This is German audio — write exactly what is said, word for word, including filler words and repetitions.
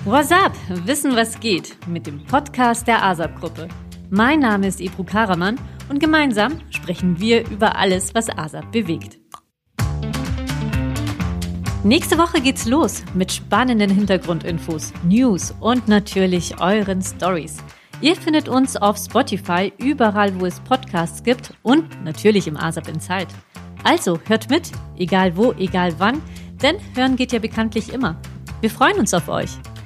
What's up? Wissen, was geht mit dem Podcast der ASAP-Gruppe. Mein Name ist Ebru Karaman und gemeinsam sprechen wir über alles, was ASAP bewegt. Nächste Woche geht's los mit spannenden Hintergrundinfos, News und natürlich euren Stories. Ihr findet uns auf Spotify, überall wo es Podcasts gibt und natürlich im ASAP Inside. Also hört mit, egal wo, egal wann, denn hören geht ja bekanntlich immer. Wir freuen uns auf euch.